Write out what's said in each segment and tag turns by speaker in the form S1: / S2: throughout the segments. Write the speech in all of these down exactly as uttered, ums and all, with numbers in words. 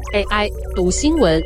S1: A I 读新闻，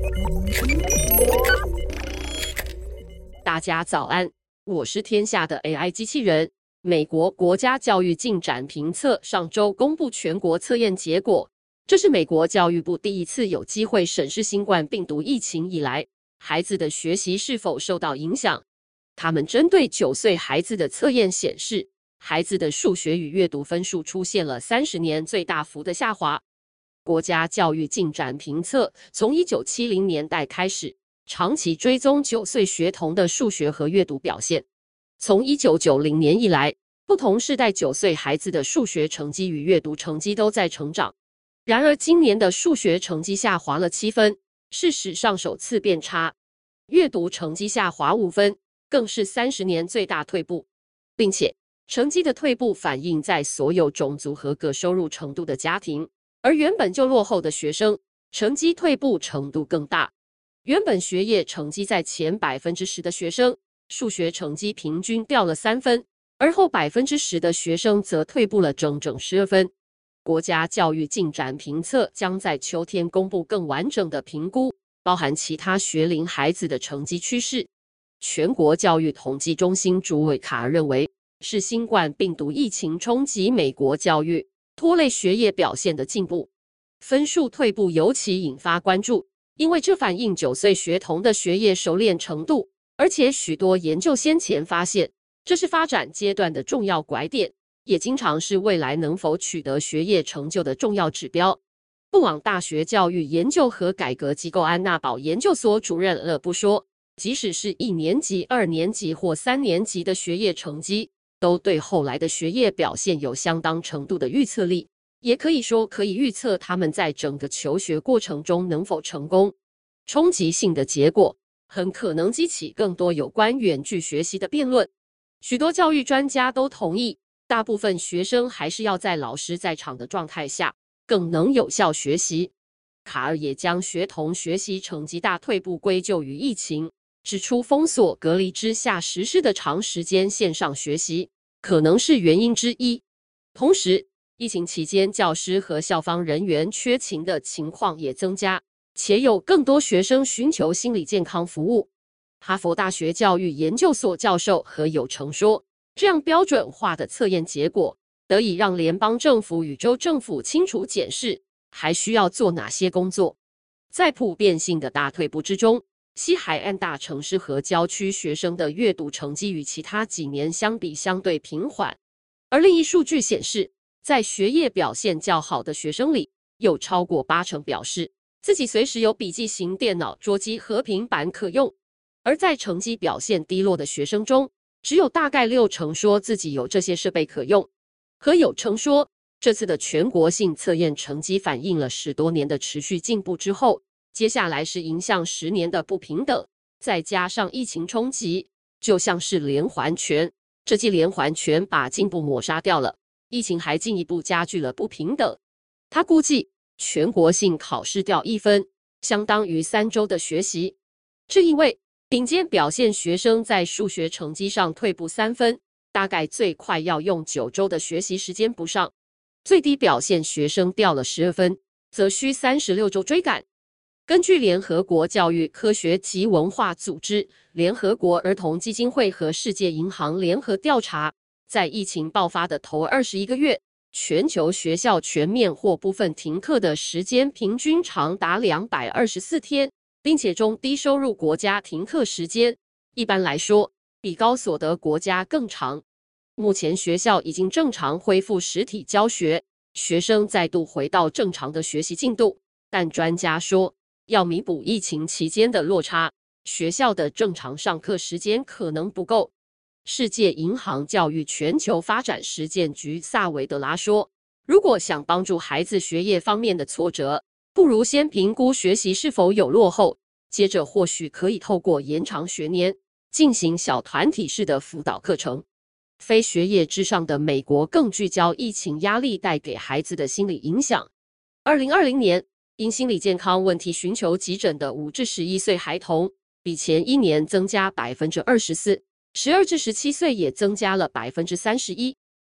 S1: 大家早安，我是天下的 A I 机器人。美国国家教育进展评测上周公布全国测验结果，这是美国教育部第一次有机会审视新冠病毒疫情以来孩子的学习是否受到影响。他们针对九岁孩子的测验显示，孩子的数学与阅读分数出现了三十年最大幅的下滑。国家教育进展评测从一九七零年代开始，长期追踪九岁学童的数学和阅读表现。从一九九零年以来，不同世代九岁孩子的数学成绩与阅读成绩都在成长。然而，今年的数学成绩下滑了七分，是史上首次变差；阅读成绩下滑五分，更是三十年最大退步，并且成绩的退步反映在所有种族和各收入程度的家庭。而原本就落后的学生，成绩退步程度更大。原本学业成绩在前 百分之十 的学生，数学成绩平均掉了三分，而后 百分之十 的学生则退步了整整十二分。国家教育进展评测将在秋天公布更完整的评估，包含其他学龄孩子的成绩趋势。全国教育统计中心主委卡尔认为，是新冠病毒疫情冲击美国教育，拖累学业表现的进步，分数退步尤其引发关注，因为这反映九岁学童的学业熟练程度，而且许多研究先前发现，这是发展阶段的重要拐点，也经常是未来能否取得学业成就的重要指标。布朗大学教育研究和改革机构安娜堡研究所主任勒布说，即使是一年级、二年级或三年级的学业成绩，都对后来的学业表现有相当程度的预测力，也可以说可以预测他们在整个求学过程中能否成功。冲击性的结果很可能激起更多有关远距学习的辩论。许多教育专家都同意，大部分学生还是要在老师在场的状态下，更能有效学习。卡尔也将学童学习成绩大退步归咎于疫情，指出封锁隔离之下实施的长时间线上学习可能是原因之一。同时，疫情期间教师和校方人员缺勤的情况也增加，且有更多学生寻求心理健康服务。哈佛大学教育研究所教授何有成说，这样标准化的测验结果得以让联邦政府与州政府清楚检视还需要做哪些工作。在普遍性的大退步之中，西海岸大城市和郊区学生的阅读成绩与其他几年相比相对平缓。而另一数据显示，在学业表现较好的学生里，有超过八成表示自己随时有笔记型电脑、桌机和平板可用。而在成绩表现低落的学生中，只有大概六成说自己有这些设备可用。何有成说，这次的全国性测验成绩反映了十多年的持续进步之后，接下来是迎向十年的不平等，再加上疫情冲击，就像是连环拳，这记连环拳把进步抹杀掉了，疫情还进一步加剧了不平等。他估计全国性考试掉一分，相当于三周的学习。这意味顶尖表现学生在数学成绩上退步三分，大概最快要用九周的学习时间补上；最低表现学生掉了十二分，则需三十六周追赶。根据联合国教育科学及文化组织、联合国儿童基金会和世界银行联合调查，在疫情爆发的头二十一个月，全球学校全面或部分停课的时间平均长达两百二十四天，并且中低收入国家停课时间一般来说比高所得国家更长。目前学校已经正常恢复实体教学，学生再度回到正常的学习进度，但专家说，要弥补疫情期间的落差，学校的正常上课时间可能不够。世界银行教育全球发展实践局萨维德拉说，如果想帮助孩子学业方面的挫折，不如先评估学习是否有落后，接着或许可以透过延长学年，进行小团体式的辅导课程。非学业之上的美国更聚焦疫情压力带给孩子的心理影响。二零二零年，因心理健康问题寻求急诊的五至十一岁孩童，比前一年增加 百分之二十四， 十二至十七岁也增加了 百分之三十一。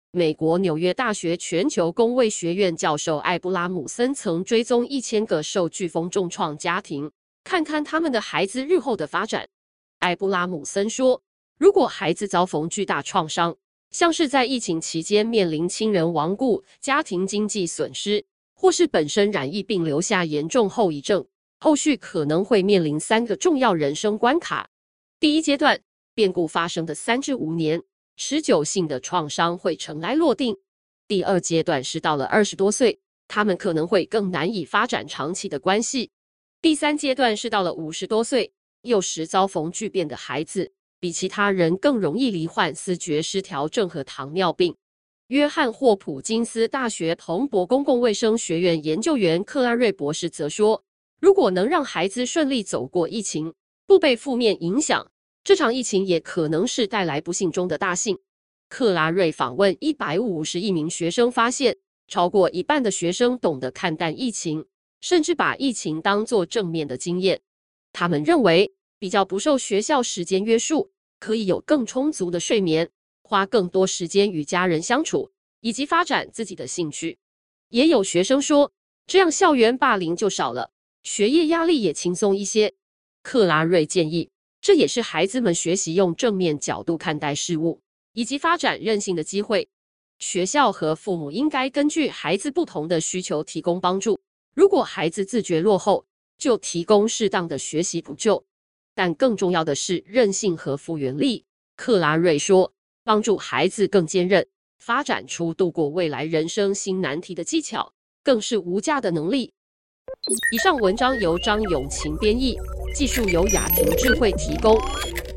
S1: 美国纽约大学全球公卫学院教授艾布拉姆森曾追踪一千个受飓风重创家庭，看看他们的孩子日后的发展。艾布拉姆森说，如果孩子遭逢巨大创伤，像是在疫情期间面临亲人亡故、家庭经济损失，或是本身染疫并留下严重后遗症，后续可能会面临三个重要人生关卡。第一阶段，变故发生的三至五年，持久性的创伤会尘埃落定。第二阶段是到了二十多岁，他们可能会更难以发展长期的关系。第三阶段是到了五十多岁，幼时遭逢巨变的孩子，比其他人更容易罹患思觉失调症和糖尿病。约翰霍普金斯大学彭博公共卫生学院研究员克拉瑞博士则说，如果能让孩子顺利走过疫情，不被负面影响，这场疫情也可能是带来不幸中的大幸。克拉瑞访问一百五十一名学生，发现超过一半的学生懂得看淡疫情，甚至把疫情当作正面的经验。他们认为，比较不受学校时间约束，可以有更充足的睡眠，花更多时间与家人相处，以及发展自己的兴趣。也有学生说，这样校园霸凌就少了，学业压力也轻松一些。克拉瑞建议，这也是孩子们学习用正面角度看待事物，以及发展韧性的机会。学校和父母应该根据孩子不同的需求提供帮助。如果孩子自觉落后，就提供适当的学习补救。但更重要的是韧性和复原力。克拉瑞说，帮助孩子更坚韧，发展出度过未来人生新难题的技巧，更是无价的能力。以上文章由张永晴编译，技术由雅婷智慧提供。